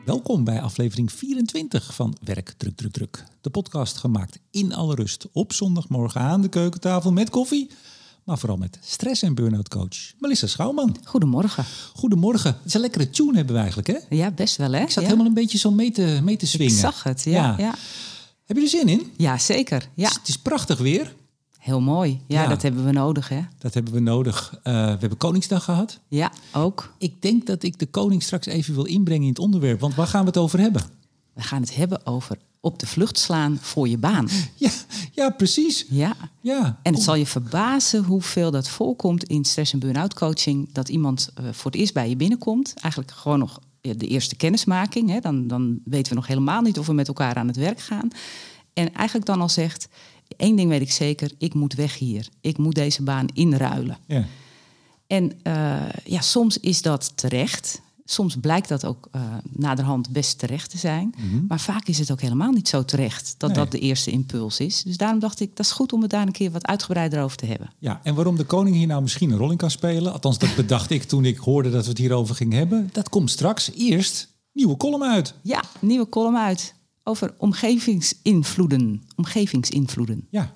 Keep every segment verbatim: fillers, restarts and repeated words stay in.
Welkom bij aflevering vierentwintig van Werk Druk Druk Druk. De podcast gemaakt in alle rust op zondagmorgen aan de keukentafel met koffie. Maar vooral met stress- en burn-out coach Melissa Schouwman. Goedemorgen. Goedemorgen. Het is een lekkere tune hebben we eigenlijk, hè? Ja, best wel, hè? Ik zat ja. helemaal een beetje zo mee te, mee te swingen. Ik zag het, ja. Ja. Ja, Heb je er zin in? ja zeker. Ja. Het, is, het is prachtig weer. Heel mooi. Ja, Ja. dat hebben we nodig, hè? Dat hebben we nodig. Uh, we hebben Koningsdag gehad. Ja, ook. Ik denk dat ik de koning straks even wil inbrengen in het onderwerp. Want waar gaan we het over hebben? We gaan het hebben over op de vlucht slaan voor je baan. Ja, ja precies. Ja. Ja. En het zal je verbazen hoeveel dat voorkomt in stress- en burn-out coaching. Dat iemand uh, voor het eerst bij je binnenkomt. Eigenlijk gewoon nog de eerste kennismaking. Hè? Dan, dan weten we nog helemaal niet of we met elkaar aan het werk gaan. En eigenlijk dan al zegt, één ding weet ik zeker. Ik moet weg hier. Ik moet deze baan inruilen. Ja. En uh, ja, soms is dat terecht. Soms blijkt dat ook uh, naderhand best terecht te zijn. Mm-hmm. Maar vaak is het ook helemaal niet zo terecht dat nee. dat de eerste impuls is. Dus daarom dacht ik, dat is goed om het daar een keer wat uitgebreider over te hebben. Ja, en waarom de koning hier nou misschien een rol in kan spelen... althans, dat bedacht ik toen ik hoorde dat we het hierover gingen hebben... dat komt straks. Eerst nieuwe column uit. Ja, nieuwe column uit over omgevingsinvloeden. Omgevingsinvloeden. Ja.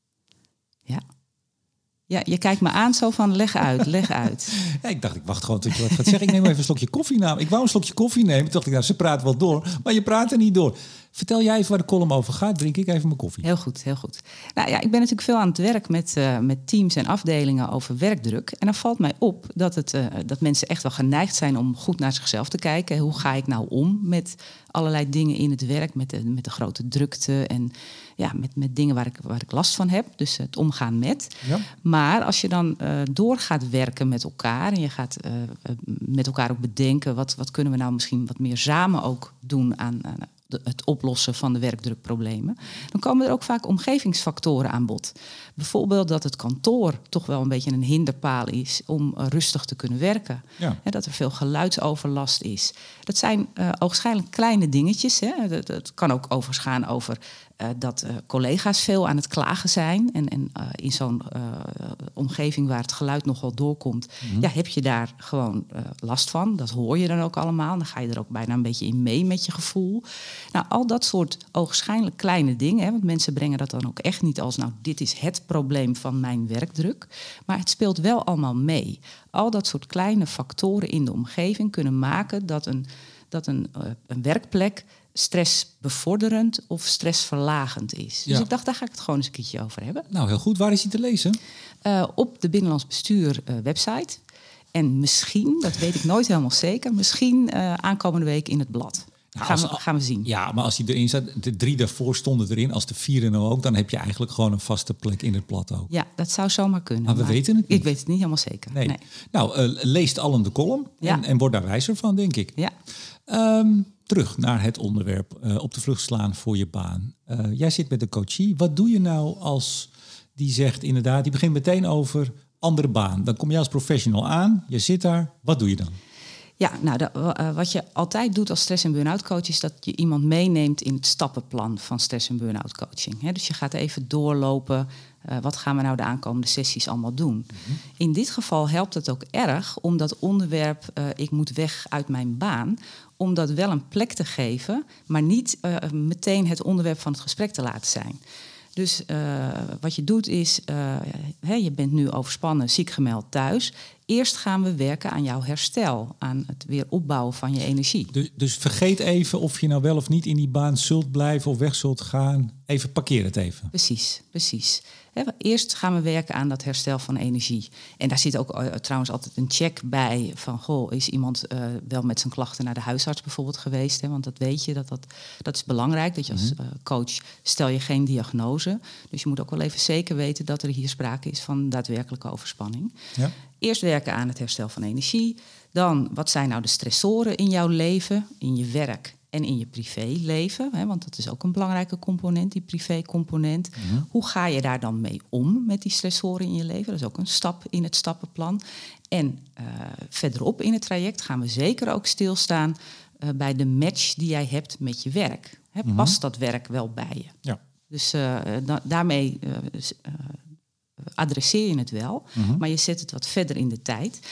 Ja. Ja, je kijkt me aan zo van leg uit, leg uit. Ja, ik dacht, ik wacht gewoon tot je wat gaat zeggen. Ik neem even een slokje koffie na. Ik wou een slokje koffie nemen. Toen dacht ik, nou, ze praat wel door. Maar je praat er niet door. Vertel jij even waar de column over gaat. Drink ik even mijn koffie. Heel goed, heel goed. Nou ja, ik ben natuurlijk veel aan het werk met, uh, met teams en afdelingen over werkdruk. En dan valt mij op dat, het, uh, dat mensen echt wel geneigd zijn om goed naar zichzelf te kijken. Hoe ga ik nou om met allerlei dingen in het werk, met de, met de grote drukte en ja, met, met dingen waar ik, waar ik last van heb. Dus het omgaan met. Ja. Maar als je dan uh, door gaat werken met elkaar en je gaat uh, met elkaar ook bedenken, wat, wat kunnen we nou misschien wat meer samen ook doen aan, aan de, het oplossen van de werkdrukproblemen, dan komen er ook vaak omgevingsfactoren aan bod. Bijvoorbeeld dat het kantoor toch wel een beetje een hinderpaal is om uh, rustig te kunnen werken. Ja. En dat er veel geluidsoverlast is. Dat zijn uh, ogenschijnlijk kleine dingetjes. Hè. Dat, dat kan ook overigens gaan over uh, dat uh, collega's veel aan het klagen zijn. En, en uh, in zo'n uh, omgeving waar het geluid nogal doorkomt, mm-hmm. ja, heb je daar gewoon uh, last van. Dat hoor je dan ook allemaal. Dan ga je er ook bijna een beetje in mee met je gevoel. Nou, al dat soort ogenschijnlijk kleine dingen, hè, want mensen brengen dat dan ook echt niet als, nou, dit is het probleem van mijn werkdruk. Maar het speelt wel allemaal mee. Al dat soort kleine factoren in de omgeving kunnen maken dat een, dat een, uh, een werkplek stressbevorderend of stressverlagend is. Ja. Dus ik dacht, daar ga ik het gewoon eens een keertje over hebben. Nou, heel goed. Waar is hij te lezen? Uh, op de Binnenlands Bestuur uh, website. En misschien, dat weet ik nooit helemaal zeker, misschien uh, aankomende week in het blad. Nou, gaan, we, als, gaan we zien. Ja, maar als die erin staat, de drie daarvoor stonden erin, als de vierde nou ook, dan heb je eigenlijk gewoon een vaste plek in het blad ook. Ja, dat zou zomaar kunnen. Maar we maar weten het niet. Ik weet het niet helemaal zeker. Nee. Nee. Nou, uh, leest allen de column ja. en, en word daar wijzer van, denk ik. Ja. Um, terug naar het onderwerp, uh, op de vlucht slaan voor je baan. Uh, jij zit met een coachie. Wat doe je nou als die zegt inderdaad, die begint meteen over andere baan. Dan kom je als professional aan, je zit daar. Wat doe je dan? Ja, nou, de, uh, wat je altijd doet als stress- en burn-out coach is dat je iemand meeneemt in het stappenplan van stress- en burn-out coaching. He, dus je gaat even doorlopen, uh, wat gaan we nou de aankomende sessies allemaal doen. Mm-hmm. In dit geval helpt het ook erg om dat onderwerp, uh, ik moet weg uit mijn baan, om dat wel een plek te geven, maar niet uh, meteen het onderwerp van het gesprek te laten zijn. Dus uh, wat je doet is, uh, he, je bent nu overspannen, ziek gemeld thuis. Eerst gaan we werken aan jouw herstel, aan het weer opbouwen van je energie. Dus, dus vergeet even of je nou wel of niet in die baan zult blijven of weg zult gaan. Even parkeer het even. Precies, precies. He, eerst gaan we werken aan dat herstel van energie. En daar zit ook uh, trouwens altijd een check bij van, goh, is iemand uh, wel met zijn klachten naar de huisarts bijvoorbeeld geweest? Hè? Want dat weet je, dat, dat, dat is belangrijk. Dat je als uh, coach stel je geen diagnose. Dus je moet ook wel even zeker weten dat er hier sprake is van daadwerkelijke overspanning. Ja. Eerst werken aan het herstel van energie. Dan, wat zijn nou de stressoren in jouw leven, in je werk en in je privéleven? Hè, want dat is ook een belangrijke component, die privécomponent. Mm-hmm. Hoe ga je daar dan mee om met die stressoren in je leven? Dat is ook een stap in het stappenplan. En uh, verderop in het traject gaan we zeker ook stilstaan uh, bij de match die jij hebt met je werk. Hè, mm-hmm. Past dat werk wel bij je? Ja. Dus uh, da- daarmee Uh, uh, adresseer je het wel, mm-hmm. maar je zet het wat verder in de tijd.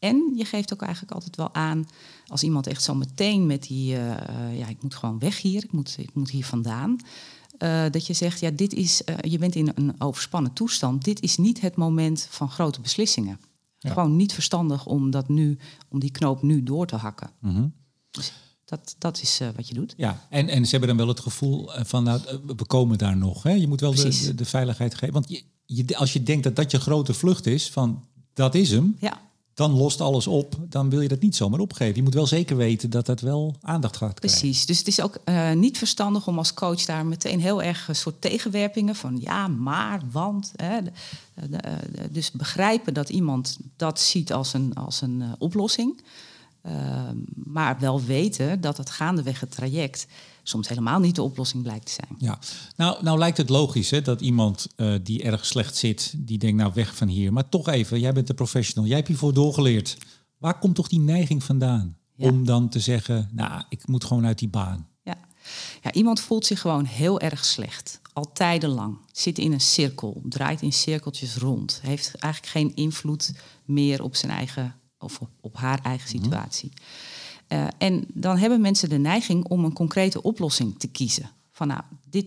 En je geeft ook eigenlijk altijd wel aan, als iemand echt zo meteen met die, uh, uh, ja, ik moet gewoon weg hier, ik moet, ik moet hier vandaan. Uh, dat je zegt, ja, dit is, uh, je bent in een overspannen toestand. Dit is niet het moment van grote beslissingen. Ja. Gewoon niet verstandig om dat nu, om die knoop nu door te hakken. Mm-hmm. Dus dat, dat is uh, wat je doet. Ja, en, en ze hebben dan wel het gevoel van, nou, we komen daar nog. Hè? Je moet wel de, de, de veiligheid geven. Want je, je, als je denkt dat dat je grote vlucht is, van dat is hem, ja. dan lost alles op. Dan wil je dat niet zomaar opgeven. Je moet wel zeker weten dat dat wel aandacht gaat krijgen. Precies, dus het is ook uh, niet verstandig om als coach daar meteen heel erg een soort tegenwerpingen van ja, maar, want. Hè, de, de, de, dus begrijpen dat iemand dat ziet als een, als een uh, oplossing. Uh, maar wel weten dat het gaandeweg het traject soms helemaal niet de oplossing blijkt te zijn. Ja, nou, nou lijkt het logisch hè, dat iemand uh, die erg slecht zit, die denkt nou weg van hier. Maar toch even, jij bent een professional, jij hebt hiervoor doorgeleerd. Waar komt toch die neiging vandaan? Ja. Om dan te zeggen, nou, ik moet gewoon uit die baan. Ja. Ja, iemand voelt zich gewoon heel erg slecht. Al tijdenlang. Zit in een cirkel, draait in cirkeltjes rond. Heeft eigenlijk geen invloed meer op zijn eigen of op haar eigen situatie. Uh, en dan hebben mensen de neiging om een concrete oplossing te kiezen. Van nou, dit,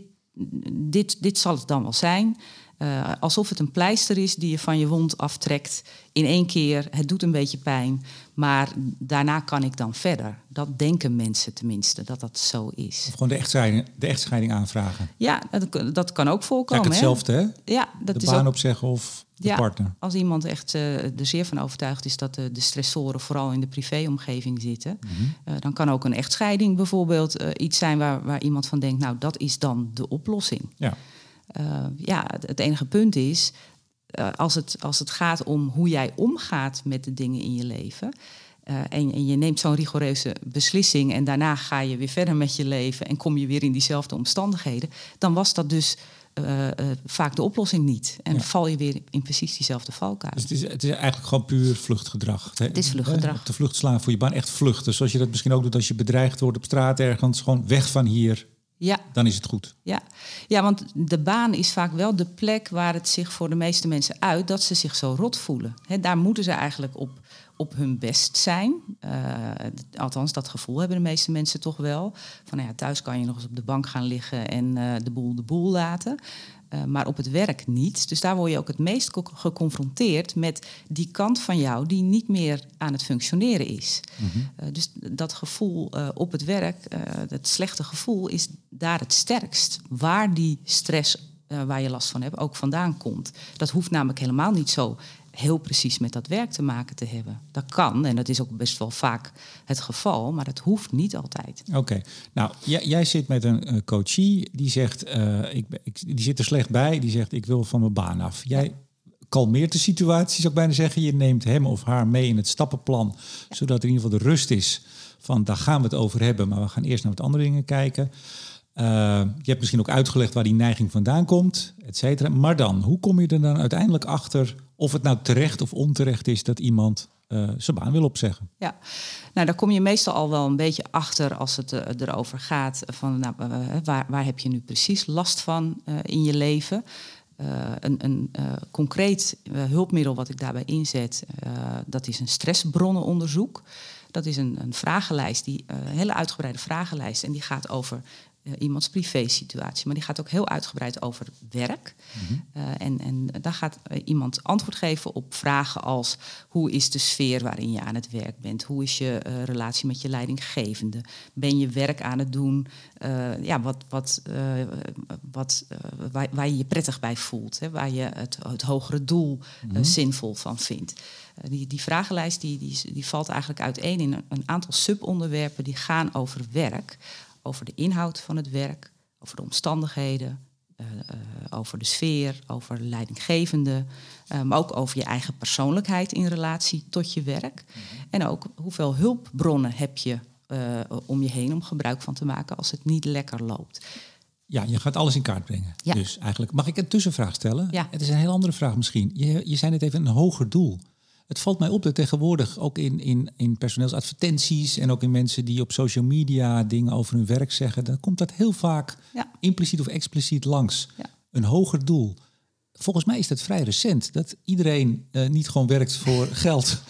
dit, dit zal het dan wel zijn. Uh, alsof het een pleister is die je van je wond aftrekt in één keer. Het doet een beetje pijn, maar daarna kan ik dan verder. Dat denken mensen tenminste, dat dat zo is. Of gewoon de echtscheiding, de echtscheiding aanvragen. Ja, dat, dat kan ook voorkomen. Eigenlijk hetzelfde, hè? Ja, dat de is baan ook opzeggen of de ja, partner. Als iemand echt uh, er zeer van overtuigd is dat de, de stressoren vooral in de privéomgeving zitten, mm-hmm. uh, dan kan ook een echtscheiding bijvoorbeeld uh, iets zijn waar, waar iemand van denkt, nou, dat is dan de oplossing. Ja. Uh, ja, het enige punt is, uh, als, het, als het gaat om hoe jij omgaat met de dingen in je leven, Uh, en, en je neemt zo'n rigoureuze beslissing en daarna ga je weer verder met je leven en kom je weer in diezelfde omstandigheden, dan was dat dus uh, uh, vaak de oplossing niet. En ja. val je weer in precies diezelfde valkuil. Dus het is, het is eigenlijk gewoon puur vluchtgedrag. Hè? Het is vluchtgedrag. Op de vlucht slaan voor je baan, echt vluchten. Zoals je dat misschien ook doet als je bedreigd wordt op straat ergens. Gewoon weg van hier. Ja. Dan is het goed. Ja. ja, want de baan is vaak wel de plek waar het zich voor de meeste mensen uit dat ze zich zo rot voelen. He, daar moeten ze eigenlijk op, op hun best zijn. Uh, althans, dat gevoel hebben de meeste mensen toch wel. Van nou ja, thuis kan je nog eens op de bank gaan liggen en uh, de boel de boel laten. Uh, maar op het werk niet. Dus daar word je ook het meest co- geconfronteerd met die kant van jou die niet meer aan het functioneren is. Mm-hmm. Uh, dus dat gevoel uh, op het werk, uh, het slechte gevoel, is daar het sterkst. Waar die stress uh, waar je last van hebt ook vandaan komt. Dat hoeft namelijk helemaal niet zo heel precies met dat werk te maken te hebben. Dat kan, en dat is ook best wel vaak het geval, maar dat hoeft niet altijd. Oké, okay. Nou, jij, jij zit met een uh, coachie die zegt, uh, ik, ik, die zit er slecht bij, die zegt, ik wil van mijn baan af. Jij ja. kalmeert de situatie, zou ik bijna zeggen. Je neemt hem of haar mee in het stappenplan, ja. zodat er in ieder geval de rust is van, daar gaan we het over hebben, maar we gaan eerst naar wat andere dingen kijken. Uh, je hebt misschien ook uitgelegd waar die neiging vandaan komt, et cetera. Maar dan, hoe kom je er dan uiteindelijk achter of het nou terecht of onterecht is dat iemand uh, zijn baan wil opzeggen? Ja, nou daar kom je meestal al wel een beetje achter als het uh, erover gaat van nou, uh, waar, waar heb je nu precies last van uh, in je leven? Uh, een een uh, concreet uh, hulpmiddel wat ik daarbij inzet, uh, dat is een stressbronnenonderzoek. Dat is een, een vragenlijst, die, uh, een hele uitgebreide vragenlijst. En die gaat over uh, iemands privésituatie. Maar die gaat ook heel uitgebreid over werk. Mm-hmm. Uh, en, en daar gaat uh, iemand antwoord geven op vragen als, hoe is de sfeer waarin je aan het werk bent? Hoe is je uh, relatie met je leidinggevende? Ben je werk aan het doen uh, ja, wat, wat, uh, wat, uh, waar, waar je je prettig bij voelt? Hè? Waar je het, het hogere doel mm-hmm. uh, zinvol van vindt? Uh, die, die vragenlijst die, die, die valt eigenlijk uiteen in een, een aantal subonderwerpen die gaan over werk. Over de inhoud van het werk, over de omstandigheden, uh, uh, over de sfeer, over de leidinggevende. Uh, maar ook over je eigen persoonlijkheid in relatie tot je werk. Mm-hmm. En ook hoeveel hulpbronnen heb je uh, om je heen om gebruik van te maken als het niet lekker loopt. Ja, je gaat alles in kaart brengen. Ja. Dus eigenlijk, mag ik een tussenvraag stellen? Ja. Het is een heel andere vraag misschien. Je, je zei net even een hoger doel. Het valt mij op dat tegenwoordig ook in, in, in personeelsadvertenties en ook in mensen die op social media dingen over hun werk zeggen, dan komt dat heel vaak ja. impliciet of expliciet langs. Ja. Een hoger doel. Volgens mij is dat vrij recent. Dat iedereen uh, niet gewoon werkt voor geld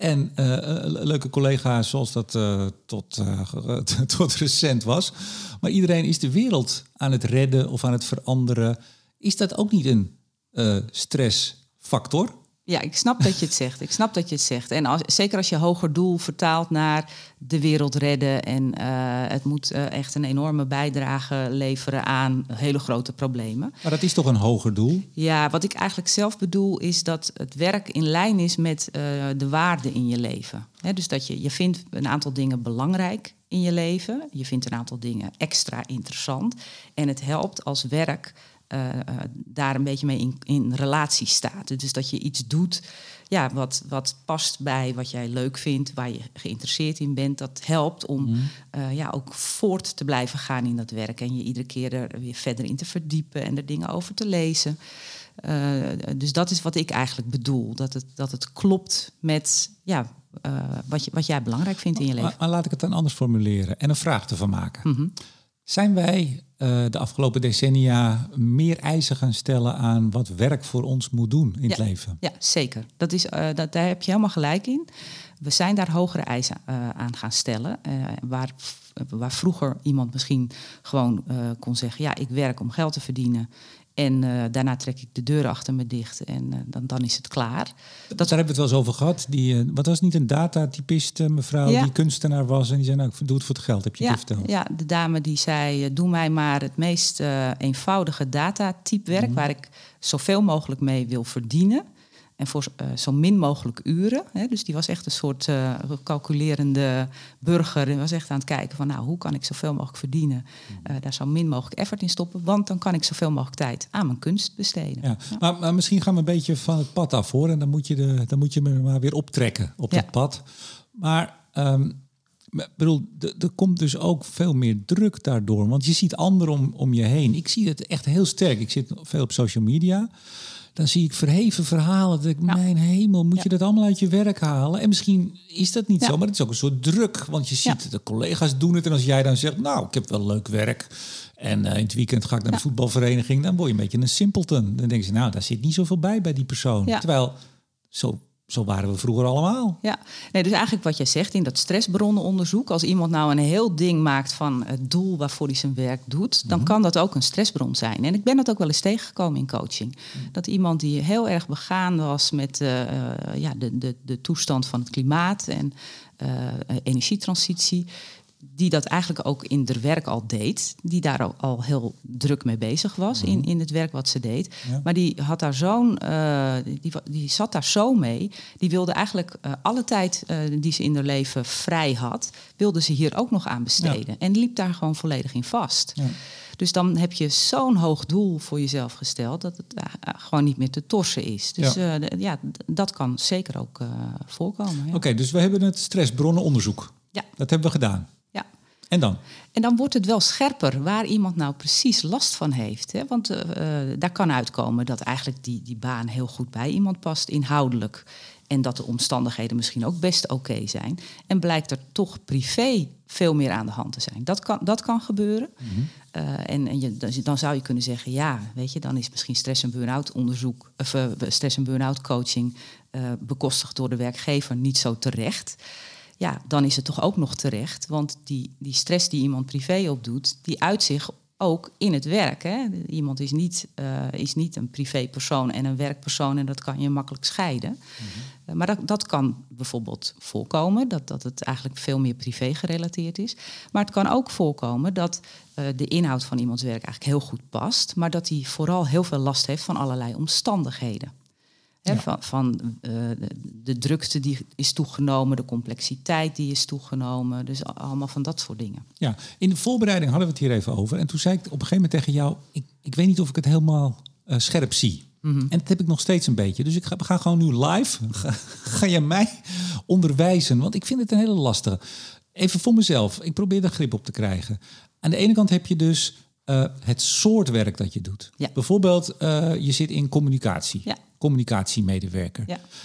En uh, leuke collega's zoals dat uh, tot, uh, tot recent was. Maar iedereen is de wereld aan het redden of aan het veranderen. Is dat ook niet een uh, stressfactor? Ja, ik snap dat je het zegt. Ik snap dat je het zegt. En als, zeker als je hoger doel vertaalt naar de wereld redden. En uh, het moet uh, echt een enorme bijdrage leveren aan hele grote problemen. Maar dat is toch een hoger doel? Ja, wat ik eigenlijk zelf bedoel is dat het werk in lijn is met uh, de waarden in je leven. He, dus dat je, je vindt een aantal dingen belangrijk in je leven. Je vindt een aantal dingen extra interessant. En het helpt als werk Uh, uh, daar een beetje mee in, in relatie staat. Dus dat je iets doet ja, wat, wat past bij wat jij leuk vindt, waar je geïnteresseerd in bent. Dat helpt om mm. uh, ja, ook voort te blijven gaan in dat werk. En je iedere keer er weer verder in te verdiepen en er dingen over te lezen. Uh, dus dat is wat ik eigenlijk bedoel. Dat het, dat het klopt met ja, uh, wat, je, wat jij belangrijk vindt in je leven. Maar, maar laat ik het dan anders formuleren en een vraag ervan maken. Mm-hmm. Zijn wij uh, de afgelopen decennia meer eisen gaan stellen aan wat werk voor ons moet doen in ja, het leven? Ja, zeker. Dat is, uh, dat, daar heb je helemaal gelijk in. We zijn daar hogere eisen uh, aan gaan stellen. Uh, waar, waar vroeger iemand misschien gewoon uh, kon zeggen, ja, ik werk om geld te verdienen. En uh, daarna trek ik de deur achter me dicht en uh, dan, dan is het klaar. Dat... Daar hebben we het wel eens over gehad. Die, uh, wat was niet een datatypist uh, mevrouw ja. die kunstenaar was en die zei, nou, ik doe het voor het geld, heb je ja, het verteld? Ja, de dame die zei, uh, doe mij maar het meest uh, eenvoudige datatypewerk mm-hmm. waar ik zoveel mogelijk mee wil verdienen. En voor uh, zo min mogelijk uren. Hè. Dus die was echt een soort uh, calculerende burger. En was echt aan het kijken van, nou, hoe kan ik zoveel mogelijk verdienen? Uh, daar zo min mogelijk effort in stoppen. Want dan kan ik zoveel mogelijk tijd aan mijn kunst besteden. Ja. Ja. Maar, maar misschien gaan we een beetje van het pad af, hoor. En dan moet je, de, dan moet je me maar weer optrekken op dat ja. pad. Maar um, bedoel, er komt dus ook veel meer druk daardoor. Want je ziet anderen om, om je heen. Ik zie het echt heel sterk. Ik zit veel op social media. Dan zie ik verheven verhalen. Dat ik, ja. mijn hemel, moet ja. je dat allemaal uit je werk halen? En misschien is dat niet ja. zo, maar het is ook een soort druk. Want je ziet, ja. de collega's doen het. En als jij dan zegt, nou, ik heb wel leuk werk. En uh, in het weekend ga ik naar ja. de voetbalvereniging. Dan word je een beetje een simpleton. Dan denk je, nou, daar zit niet zoveel bij bij die persoon. Ja. Terwijl, zo... Zo waren we vroeger allemaal. Ja, nee, dus eigenlijk wat jij zegt in dat stressbronnenonderzoek. Als iemand nou een heel ding maakt van het doel waarvoor hij zijn werk doet, dan mm-hmm. kan dat ook een stressbron zijn. En ik ben dat ook wel eens tegengekomen in coaching. Mm. Dat iemand die heel erg begaan was met uh, ja, de, de, de toestand van het klimaat en uh, energietransitie, die dat eigenlijk ook in haar werk al deed. Die daar al, al heel druk mee bezig was in, in het werk wat ze deed. Ja. Maar die had daar zo'n, uh, die, die zat daar zo mee. Die wilde eigenlijk uh, alle tijd uh, die ze in haar leven vrij had, wilde ze hier ook nog aan besteden. Ja. En liep daar gewoon volledig in vast. Ja. Dus dan heb je zo'n hoog doel voor jezelf gesteld dat het uh, gewoon niet meer te torsen is. Dus ja, uh, de, ja dat kan zeker ook uh, voorkomen. Ja. Oké, okay, dus we hebben het stressbronnenonderzoek. Ja. Dat hebben we gedaan. Ja. En dan? En dan wordt het wel scherper waar iemand nou precies last van heeft. Hè? Want uh, daar kan uitkomen dat eigenlijk die, die baan heel goed bij iemand past, inhoudelijk. En dat de omstandigheden misschien ook best oké okay zijn. En blijkt er toch privé veel meer aan de hand te zijn. Dat kan, dat kan gebeuren. Mm-hmm. Uh, en en je, dan zou je kunnen zeggen, ja, weet je, dan is misschien stress- en burn-out onderzoek, of uh, stress- en burn-out coaching uh, bekostigd door de werkgever niet zo terecht. Ja, dan is het toch ook nog terecht. Want die, die stress die iemand privé opdoet, die uit zich ook in het werk. Hè? Iemand is niet, uh, is niet een privépersoon en een werkpersoon en dat kan je makkelijk scheiden. Mm-hmm. Uh, maar dat, dat kan bijvoorbeeld voorkomen, dat, dat het eigenlijk veel meer privé gerelateerd is. Maar het kan ook voorkomen dat uh, de inhoud van iemands werk eigenlijk heel goed past, maar dat hij vooral heel veel last heeft van allerlei omstandigheden. He, ja. Van, van uh, de, de drukte die is toegenomen, de complexiteit die is toegenomen. Dus allemaal van dat soort dingen. Ja, in de voorbereiding hadden we het hier even over. En toen zei ik op een gegeven moment tegen jou, ik, ik weet niet of ik het helemaal uh, scherp zie. Mm-hmm. En dat heb ik nog steeds een beetje. Dus ik ga, we gaan gewoon nu live. Ga, ga je mij onderwijzen? Want ik vind het een hele lastige. Even voor mezelf. Ik probeer er grip op te krijgen. Aan de ene kant heb je dus uh, het soort werk dat je doet. Ja. Bijvoorbeeld, uh, je zit in communicatie. Ja. Communicatiemedewerker. Ja.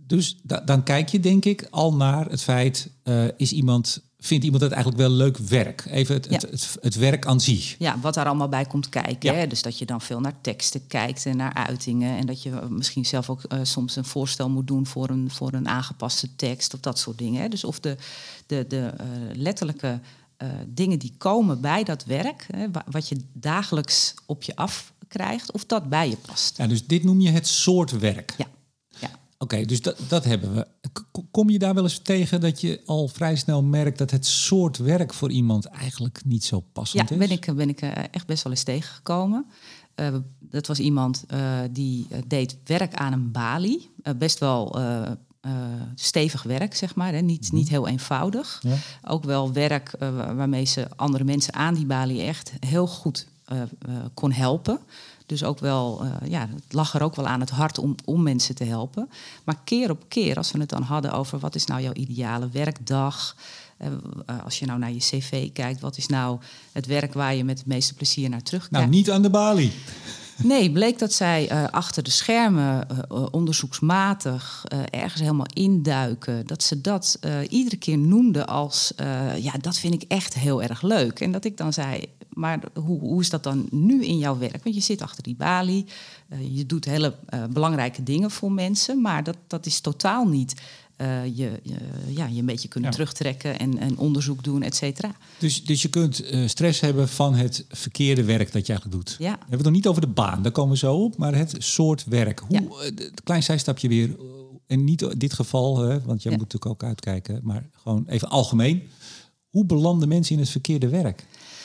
Dus da- dan kijk je denk ik al naar het feit, uh, is iemand, vindt iemand het eigenlijk wel leuk werk? Even het, ja. het, het, het werk aan zich. Ja, wat daar allemaal bij komt kijken. Ja. Hè? Dus dat je dan veel naar teksten kijkt en naar uitingen. En dat je misschien zelf ook uh, soms een voorstel moet doen voor een, voor een aangepaste tekst of dat soort dingen. Hè? Dus of de, de, de uh, letterlijke uh, dingen die komen bij dat werk, hè, wat je dagelijks op je af krijgt, of dat bij je past. Ja, dus dit noem je het soort werk. Ja. ja. Oké, okay, dus dat, dat hebben we. Kom je daar wel eens tegen dat je al vrij snel merkt dat het soort werk voor iemand eigenlijk niet zo passend ja, is? Ja, ben ik, ben ik uh, echt best wel eens tegengekomen. Uh, dat was iemand uh, die uh, deed werk aan een balie. Uh, best wel uh, uh, stevig werk, zeg maar. Hè? Niet, mm. niet heel eenvoudig. Ja. Ook wel werk uh, waarmee ze andere mensen aan die balie echt heel goed uh, uh, kon helpen. Dus ook wel, uh, ja, het lag er ook wel aan het hart om, om mensen te helpen. Maar keer op keer, als we het dan hadden over wat is nou jouw ideale werkdag, uh, uh, als je nou naar je cv kijkt, wat is nou het werk waar je met het meeste plezier naar terugkijkt? Nou, niet aan de balie. Nee, bleek dat zij uh, achter de schermen uh, onderzoeksmatig uh, ergens helemaal induiken. Dat ze dat uh, iedere keer noemde als, uh, ja, dat vind ik echt heel erg leuk. En dat ik dan zei, maar hoe, hoe is dat dan nu in jouw werk? Want je zit achter die balie, uh, je doet hele uh, belangrijke dingen voor mensen, maar dat, dat is totaal niet Uh, je, je, ja, je een beetje kunnen ja. terugtrekken en, en onderzoek doen, et cetera. Dus, dus je kunt uh, stress hebben van het verkeerde werk dat je eigenlijk doet. Ja. We hebben het nog niet over de baan, daar komen we zo op, maar het soort werk. Hoe, ja. uh, klein zijstapje weer, en niet in dit geval, hè, want jij ja. moet natuurlijk ook uitkijken, maar gewoon even algemeen. Hoe belanden mensen in het verkeerde werk?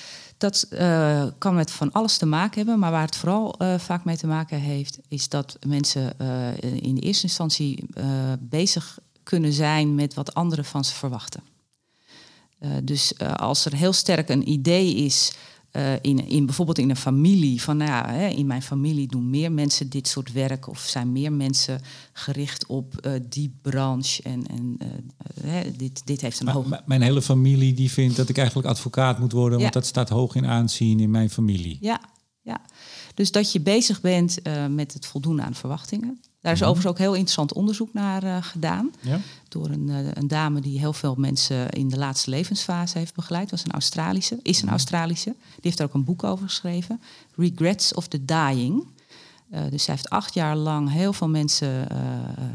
Dat uh, kan met van alles te maken hebben, maar waar het vooral uh, vaak mee te maken heeft, is dat mensen uh, in de eerste instantie uh, bezig kunnen zijn met wat anderen van ze verwachten. Uh, dus uh, als er heel sterk een idee is, uh, in, in, bijvoorbeeld in een familie, van nou ja, hè, in mijn familie doen meer mensen dit soort werk of zijn meer mensen gericht op uh, die branche en, en uh, hè, dit, dit heeft een hoog... M- mijn hele familie die vindt dat ik eigenlijk advocaat moet worden, ja. want dat staat hoog in aanzien in mijn familie. Ja, ja. Dus dat je bezig bent uh, met het voldoen aan verwachtingen. Daar is overigens ook heel interessant onderzoek naar uh, gedaan. Ja. Door een, uh, een dame die heel veel mensen in de laatste levensfase heeft begeleid. Dat was een Australische, is een Australische. Die heeft er ook een boek over geschreven. Regrets of the Dying. Uh, dus zij heeft acht jaar lang heel veel mensen uh,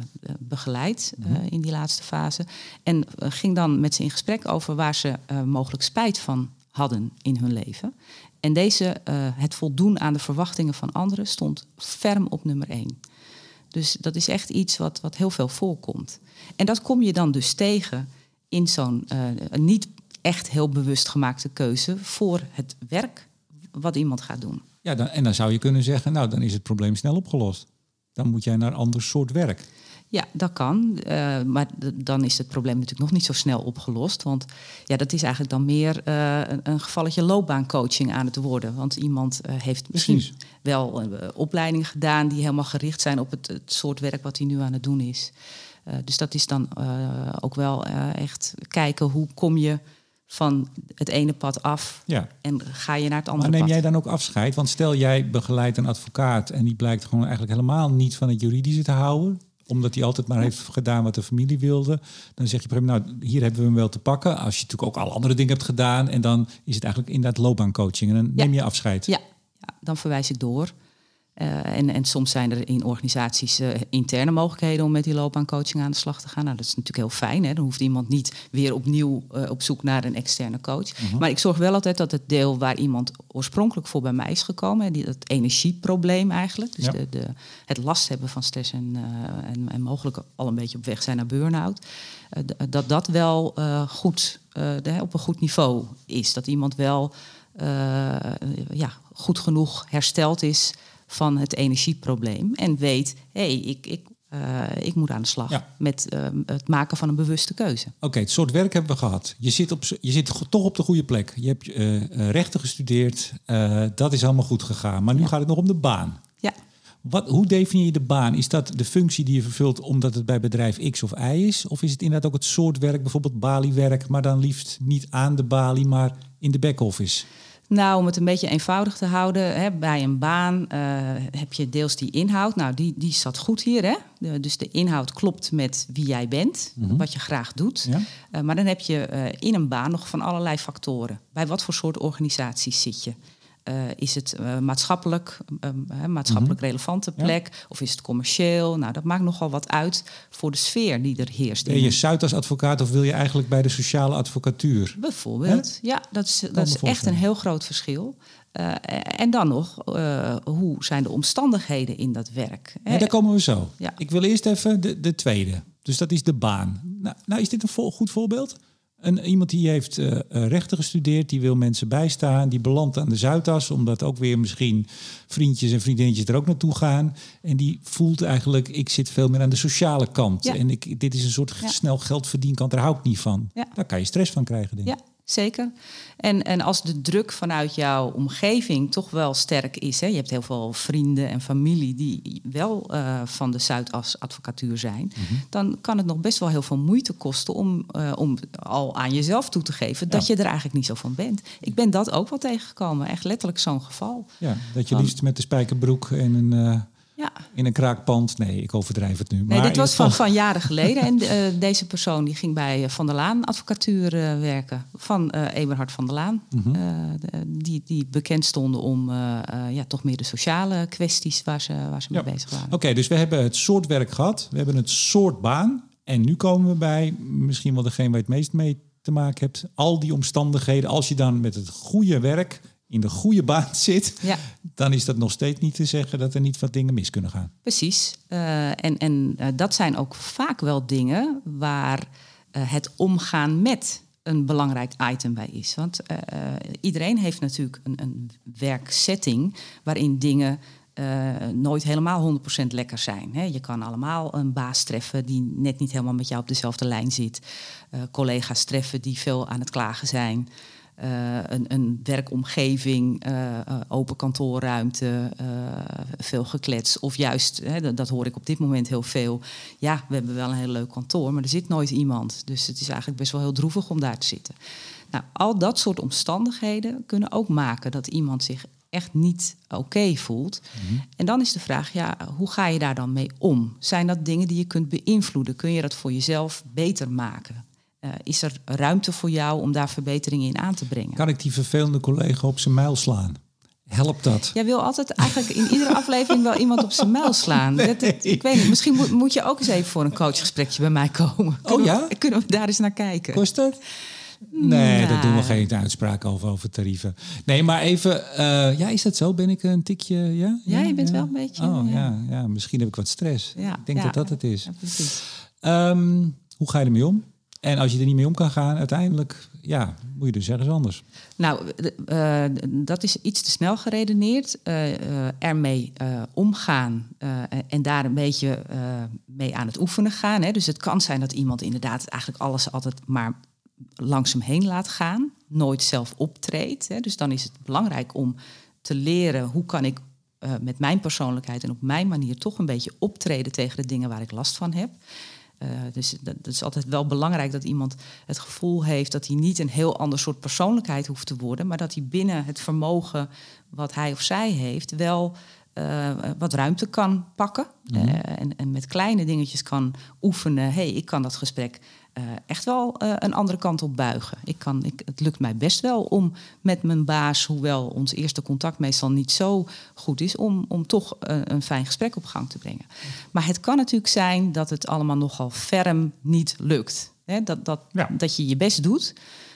begeleid uh, in die laatste fase. En uh, ging dan met ze in gesprek over waar ze uh, mogelijk spijt van hadden in hun leven. En deze, uh, het voldoen aan de verwachtingen van anderen, stond ferm op nummer één. Dus dat is echt iets wat, wat heel veel voorkomt. En dat kom je dan dus tegen in zo'n uh, niet echt heel bewust gemaakte keuze voor het werk wat iemand gaat doen. Ja, dan, en dan zou je kunnen zeggen, nou, dan is het probleem snel opgelost. Dan moet jij naar een ander soort werk. Ja, dat kan. Uh, maar d- dan is het probleem natuurlijk nog niet zo snel opgelost. Want ja, dat is eigenlijk dan meer uh, een, een gevalletje loopbaancoaching aan het worden. Want iemand uh, heeft misschien Precies. wel uh, opleidingen gedaan die helemaal gericht zijn op het, het soort werk wat hij nu aan het doen is. Uh, dus dat is dan uh, ook wel uh, echt kijken hoe kom je van het ene pad af ja. en ga je naar het andere pad. Maar neem pad. jij dan ook afscheid? Want stel jij begeleidt een advocaat en die blijkt gewoon eigenlijk helemaal niet van het juridische te houden, omdat hij altijd maar heeft gedaan wat de familie wilde. Dan zeg je, nou, hier hebben we hem wel te pakken. Als je natuurlijk ook al andere dingen hebt gedaan, en dan is het eigenlijk inderdaad loopbaancoaching. En dan ja. neem je afscheid. Ja. ja, dan verwijs ik door. Uh, en, en soms zijn er in organisaties uh, interne mogelijkheden om met die loopbaancoaching aan de slag te gaan. Nou, dat is natuurlijk heel fijn. Hè? Dan hoeft iemand niet weer opnieuw uh, op zoek naar een externe coach. Uh-huh. Maar ik zorg wel altijd dat het deel waar iemand oorspronkelijk voor bij mij is gekomen, hè, die, dat energieprobleem eigenlijk, dus ja. de, de, het last hebben van stress en, uh, en, en mogelijk al een beetje op weg zijn naar burn-out, uh, d- dat dat wel uh, goed, uh, de, op een goed niveau is. Dat iemand wel uh, ja, goed genoeg hersteld is van het energieprobleem en weet, hé, hey, ik, ik, uh, ik moet aan de slag ja. met uh, het maken van een bewuste keuze. Oké, okay, het soort werk hebben we gehad. Je zit, op, je zit toch op de goede plek. Je hebt uh, rechten gestudeerd, uh, dat is allemaal goed gegaan. Maar nu ja. gaat het nog om de baan. Ja. Wat, hoe definieer je de baan? Is dat de functie die je vervult omdat het bij bedrijf X of Y is? Of is het inderdaad ook het soort werk, bijvoorbeeld baliewerk, maar dan liefst niet aan de balie, maar in de back-office? Nou, om het een beetje eenvoudig te houden, hè, bij een baan uh, heb je deels die inhoud. Nou, die, die zat goed hier, hè? De, dus de inhoud klopt met wie jij bent, mm-hmm. wat je graag doet. Ja. Uh, maar dan heb je uh, in een baan nog van allerlei factoren. Bij wat voor soort organisaties zit je? Uh, is het uh, maatschappelijk, um, uh, maatschappelijk mm-hmm. relevante plek? Ja. Of is het commercieel? Nou, dat maakt nogal wat uit voor de sfeer die er heerst. Ben je Zuidas advocaat of wil je eigenlijk bij de sociale advocatuur? Bijvoorbeeld, He? ja, dat is, dat is echt een heel groot verschil. Uh, en dan nog, uh, hoe zijn de omstandigheden in dat werk? Ja, daar komen we zo. Ja. Ik wil eerst even de, de tweede. Dus dat is de baan. Nou, nou is dit een vo- goed voorbeeld? Een, iemand die heeft uh, rechten gestudeerd, die wil mensen bijstaan, die belandt aan de Zuidas, omdat ook weer misschien vriendjes en vriendinnetjes er ook naartoe gaan. En die voelt eigenlijk, ik zit veel meer aan de sociale kant. Ja. En ik, dit is een soort ja. snel geldverdienkant, daar hou ik niet van. Ja. Daar kan je stress van krijgen, denk ik. Ja. Zeker. En, en als de druk vanuit jouw omgeving toch wel sterk is... Hè, je hebt heel veel vrienden en familie die wel uh, van de Zuidas advocatuur zijn... Mm-hmm. dan kan het nog best wel heel veel moeite kosten om, uh, om al aan jezelf toe te geven... Ja. dat je er eigenlijk niet zo van bent. Ik ben dat ook wel tegengekomen, echt letterlijk zo'n geval. Ja, dat je liefst met de spijkerbroek en een... Uh... Ja. In een kraakpand. Nee, ik overdrijf het nu. Nee, maar dit was van, van jaren geleden. En uh, deze persoon die ging bij Van der Laan advocatuur uh, werken. Van uh, Eberhard van der Laan. Mm-hmm. Uh, de, die, die bekend stonden om uh, uh, ja, toch meer de sociale kwesties waar ze, waar ze ja. mee bezig waren. Oké, okay, dus we hebben het soort werk gehad. We hebben het soort baan. En nu komen we bij misschien wel degene waar je het meest mee te maken hebt. Al die omstandigheden. Als je dan met het goede werk... in de goede baan zit, ja. dan is dat nog steeds niet te zeggen dat er niet wat dingen mis kunnen gaan. Precies. Uh, en en uh, dat zijn ook vaak wel dingen waar uh, het omgaan met een belangrijk item bij is. Want uh, iedereen heeft natuurlijk een, een werksetting waarin dingen uh, nooit helemaal honderd procent lekker zijn. Hè. Je kan allemaal een baas treffen die net niet helemaal met jou op dezelfde lijn zit. Uh, collega's treffen die veel aan het klagen zijn. Uh, een, een werkomgeving, uh, uh, open kantoorruimte, uh, veel geklets. Of juist, hè, dat, dat hoor ik op dit moment heel veel. Ja, we hebben wel een heel leuk kantoor, maar er zit nooit iemand. Dus het is eigenlijk best wel heel droevig om daar te zitten. Nou, al dat soort omstandigheden kunnen ook maken dat iemand zich echt niet oké okay voelt. Mm-hmm. En dan is de vraag, ja, hoe ga je daar dan mee om? Zijn dat dingen die je kunt beïnvloeden? Kun je dat voor jezelf beter maken? Uh, is er ruimte voor jou om daar verbeteringen in aan te brengen? Kan ik die vervelende collega op zijn muil slaan? Helpt dat? Jij wil altijd eigenlijk in iedere aflevering wel iemand op zijn muil slaan. Nee. Dat, dat, ik weet niet, misschien moet, moet je ook eens even voor een coachgesprekje bij mij komen. Kunnen oh ja? We, kunnen we daar eens naar kijken? Kost dat? Nee, nee, daar doen we geen uitspraak over, over tarieven. Nee, maar even, uh, ja, is dat zo? Ben ik een tikje, ja? Ja, ja je bent ja. wel een beetje... Oh ja. Ja, ja, misschien heb ik wat stress. Ja, ik denk ja, dat dat het is. Ja, precies. Um, hoe ga je ermee om? En als je er niet mee om kan gaan, uiteindelijk, ja, moet je dus ergens anders. Nou, uh, dat is iets te snel geredeneerd. Uh, uh, ermee uh, omgaan uh, en daar een beetje uh, mee aan het oefenen gaan. Hè. Dus het kan zijn dat iemand inderdaad eigenlijk alles altijd maar langs hem heen laat gaan. Nooit zelf optreedt. Hè. Dus dan is het belangrijk om te leren hoe kan ik uh, met mijn persoonlijkheid en op mijn manier toch een beetje optreden tegen de dingen waar ik last van heb. Uh, dus dat, dat is altijd wel belangrijk dat iemand het gevoel heeft dat hij niet een heel ander soort persoonlijkheid hoeft te worden, maar dat hij binnen het vermogen wat hij of zij heeft wel uh, wat ruimte kan pakken. Mm-hmm. Uh, en, en met kleine dingetjes kan oefenen. Hé, hey, ik kan dat gesprek uh, echt wel uh, een andere kant op buigen. Ik kan, ik, het lukt mij best wel om met mijn baas, hoewel ons eerste contact meestal niet zo goed is, om, om toch uh, een fijn gesprek op gang te brengen. Maar het kan natuurlijk zijn dat het allemaal nogal ferm niet lukt. Hè? Dat, dat, ja. dat je je best doet.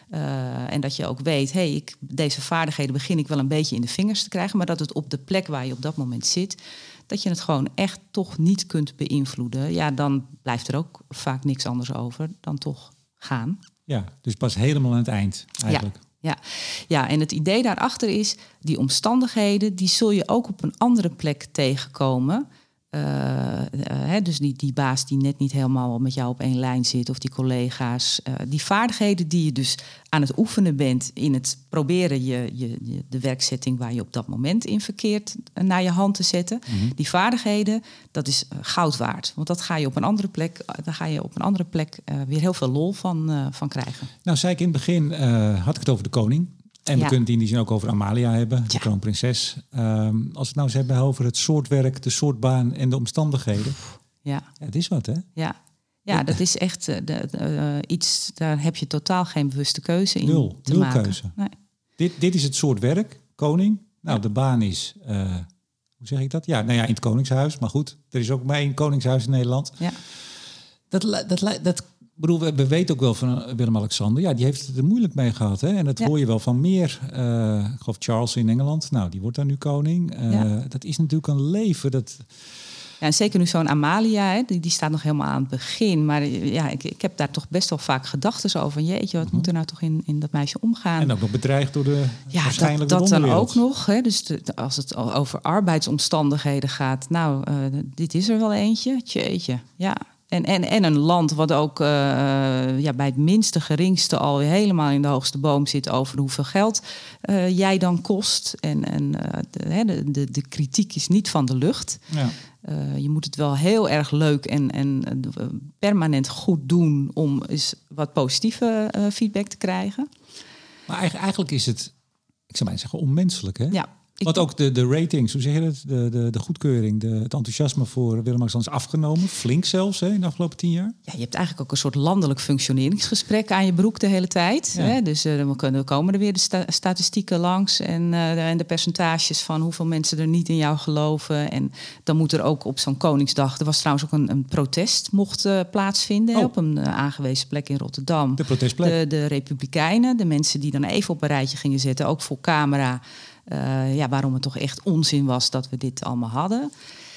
Uh, en dat je ook weet, hey, ik, deze vaardigheden begin ik wel een beetje in de vingers te krijgen, maar dat het op de plek waar je op dat moment zit, dat je het gewoon echt toch niet kunt beïnvloeden. Ja, dan blijft er ook vaak niks anders over dan toch gaan. Ja, dus pas helemaal aan het eind eigenlijk. Ja, ja. ja, en het idee daarachter is, die omstandigheden, die zul je ook op een andere plek tegenkomen. Uh, uh, hè, dus die, die baas die net niet helemaal met jou op één lijn zit, of die collega's. Uh, die vaardigheden die je dus aan het oefenen bent in het proberen je, je, je de werkzetting waar je op dat moment in verkeert uh, naar je hand te zetten. Mm-hmm. Die vaardigheden, dat is uh, goud waard. Want dat ga je op een andere plek, uh, daar ga je op een andere plek uh, weer heel veel lol van, uh, van krijgen. Nou, zei ik in het begin, uh, had ik het over de koning. En Ja. we kunnen het in die zin ook over Amalia hebben, de Ja. kroonprinses. Um, als we het nou eens hebben over het soort werk, de soort baan en de omstandigheden. Ja, Ja, het is wat, hè? ja. Ja, dat is echt uh, de, de, uh, iets, daar heb je totaal geen bewuste keuze in Nul, te nul maken. keuze. Nee. Dit, dit is het soort werk, koning. Nou, Ja. de baan is, uh, hoe zeg ik dat? Ja, nou ja, in het koningshuis. Maar goed, er is ook maar één koningshuis in Nederland. Ja. Dat, dat, dat, dat bedoel, we, we weten ook wel van Willem-Alexander. Ja, die heeft het er moeilijk mee gehad. Hè? En dat Ja. hoor je wel van meer. Uh, ik geloof Charles in Engeland. Nou, die wordt dan nu koning. Uh, Ja. Dat is natuurlijk een leven. Dat... Ja, en zeker nu zo'n Amalia, hè, die, die staat nog helemaal aan het begin. Maar ja, ik, ik heb daar toch best wel vaak gedachten over. Jeetje, wat Mm-hmm. moet er nou toch in, in dat meisje omgaan? En ook nog bedreigd door de ja, waarschijnlijk dat, de dat dan wonderwereld. ook nog. Hè, dus de, de- als het over arbeidsomstandigheden gaat. Nou, uh, dit is er wel eentje. Jeetje, ja. En, en, en een land wat ook uh, ja, bij het minste geringste al helemaal in de hoogste boom zit over hoeveel geld uh, jij dan kost. En, en uh, de, de, de, de kritiek is niet van de lucht. Ja. Uh, je moet het wel heel erg leuk en, en uh, permanent goed doen om eens wat positieve uh, feedback te krijgen. Maar eigenlijk, eigenlijk is het, ik zou maar zeggen, onmenselijk, hè? Ja. Ik... Want ook de, de ratings, hoe zeg je dat? De, de, de goedkeuring, de, het enthousiasme voor Willem-Alexander is afgenomen. Flink zelfs, hè, in de afgelopen tien jaar. Ja, je hebt eigenlijk ook een soort landelijk functioneringsgesprek aan je broek de hele tijd. Ja. Hè? Dus uh, we kunnen, komen er weer de sta- statistieken langs en, uh, de, en de percentages van hoeveel mensen er niet in jou geloven. En dan moet er ook op zo'n Koningsdag, er was trouwens ook een, een protest, mocht uh, plaatsvinden Oh. hè, op een uh, aangewezen plek in Rotterdam. De protestplek. De, de Republikeinen, de mensen die dan even op een rijtje gingen zetten, ook voor camera. Uh, ja, waarom het toch echt onzin was dat we dit allemaal hadden.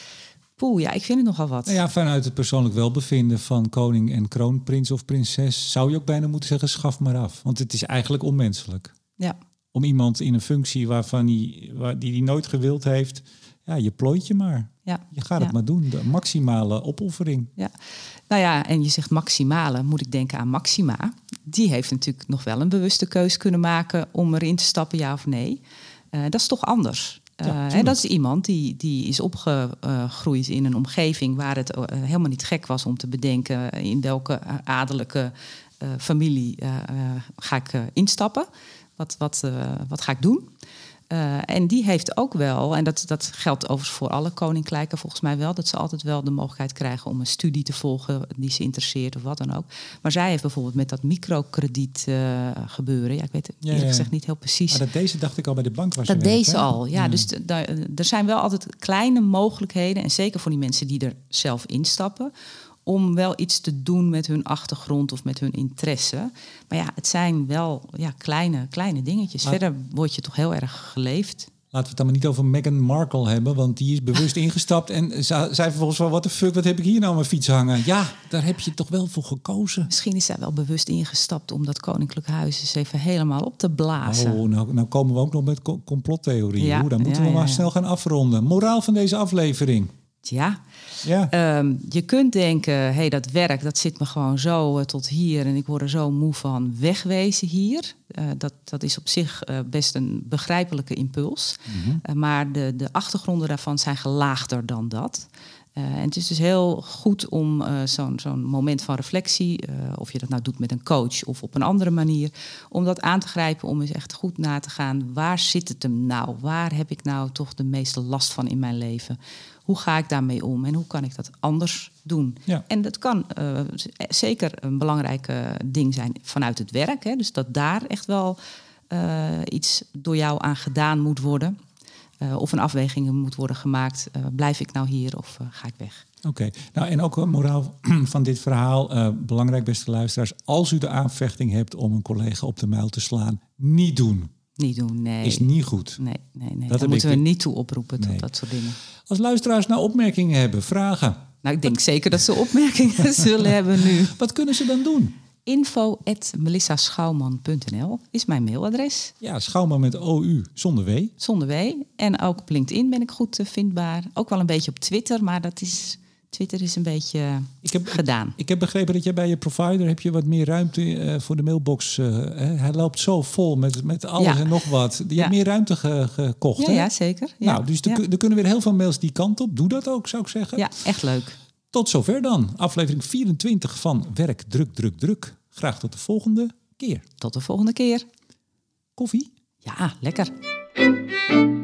Poeh, ja, ik vind het nogal wat. Nou ja, vanuit het persoonlijk welbevinden van koning en kroonprins of prinses zou je ook bijna moeten zeggen, schaf maar af. Want het is eigenlijk onmenselijk. Ja. Om iemand in een functie waarvan die, waar, die die nooit gewild heeft, ja, je plooit je maar. Ja. Je gaat ja. het maar doen. De maximale opoffering. Ja. Nou ja, en je zegt maximale, moet ik denken aan Maxima. Die heeft natuurlijk nog wel een bewuste keus kunnen maken om erin te stappen, ja of nee. Uh, dat is toch anders. Uh, Ja, hè, dat is iemand die, die is opgegroeid in een omgeving waar het uh, helemaal niet gek was om te bedenken in welke adellijke uh, familie uh, uh, ga ik uh, instappen. Wat, wat, uh, wat ga ik doen? Uh, en die heeft ook wel, en dat, dat geldt overigens voor alle koninklijken volgens mij wel, dat ze altijd wel de mogelijkheid krijgen om een studie te volgen die ze interesseert of wat dan ook. Maar zij heeft bijvoorbeeld met dat microkrediet uh, gebeuren, ja, ik weet Ja, eerlijk ja. gezegd niet heel precies. Maar dat deze dacht ik al bij de bank was. Dat gewerkt, deze hè? al, ja. Ja. Dus de, de, er zijn wel altijd kleine mogelijkheden, en zeker voor die mensen die er zelf instappen, om wel iets te doen met hun achtergrond of met hun interesse. Maar ja, het zijn wel ja, kleine, kleine dingetjes. Maar- Verder word je toch heel erg geleefd. Laten we het dan maar niet over Meghan Markle hebben, want die is bewust ingestapt en zei vervolgens van, what the fuck, wat heb ik hier nou aan mijn fiets hangen? Ja, daar heb je toch wel voor gekozen. Misschien is zij wel bewust ingestapt om dat koninklijk huis eens even helemaal op te blazen. Oh, nou, nou komen we ook nog met co- complottheorieën. Ja, Oeh, dan moeten ja, we maar ja, ja. snel gaan afronden. Moraal van deze aflevering. Ja, Ja. um, je kunt denken, hé, hey, dat werk, dat zit me gewoon zo uh, tot hier en ik word er zo moe van, wegwezen hier. Uh, dat, dat is op zich uh, best een begrijpelijke impuls. Mm-hmm. Uh, maar de, de achtergronden daarvan zijn gelaagder dan dat. Uh, en het is dus heel goed om uh, zo'n, zo'n moment van reflectie, uh, of je dat nou doet met een coach of op een andere manier, om dat aan te grijpen, om eens echt goed na te gaan, waar zit het hem nou? Waar heb ik nou toch de meeste last van in mijn leven? Hoe ga ik daarmee om en hoe kan ik dat anders doen? Ja. En dat kan uh, z- zeker een belangrijk uh, ding zijn vanuit het werk. Hè? Dus dat daar echt wel uh, iets door jou aan gedaan moet worden. Uh, of een afweging moet worden gemaakt. Uh, blijf ik nou hier of uh, ga ik weg? Oké, okay. Nou en ook een moraal van dit verhaal. Uh, belangrijk, beste luisteraars. Als u de aanvechting hebt om een collega op de muil te slaan, niet doen. Niet doen, nee. Is niet goed. Nee, nee, nee. Dat Daar moeten ik... we niet toe oproepen tot Nee. dat soort dingen. Als luisteraars nou opmerkingen hebben, vragen. Nou, ik denk zeker dat ze opmerkingen zullen hebben nu. Wat kunnen ze dan doen? info at melissa schouwman punt n l is mijn mailadres. Ja, Schouwman met O U, zonder W. Zonder W. En ook op LinkedIn ben ik goed uh, vindbaar. Ook wel een beetje op Twitter, maar dat is, Twitter is een beetje uh, Ik heb, gedaan. Ik heb begrepen dat jij bij je provider heb je wat meer ruimte uh, voor de mailbox. Uh, hè? Hij loopt zo vol met, met alles Ja. en nog wat. Je Ja. hebt meer ruimte ge, gekocht, Ja, hè? ja zeker. Ja. Nou, dus er, ja. kun- er kunnen weer heel veel mails die kant op. Doe dat ook, zou ik zeggen. ja, echt leuk. Tot zover dan. Aflevering vierentwintig van Werk, Druk, Druk, Druk. Graag tot de volgende keer. Tot de volgende keer. Koffie? Ja, lekker.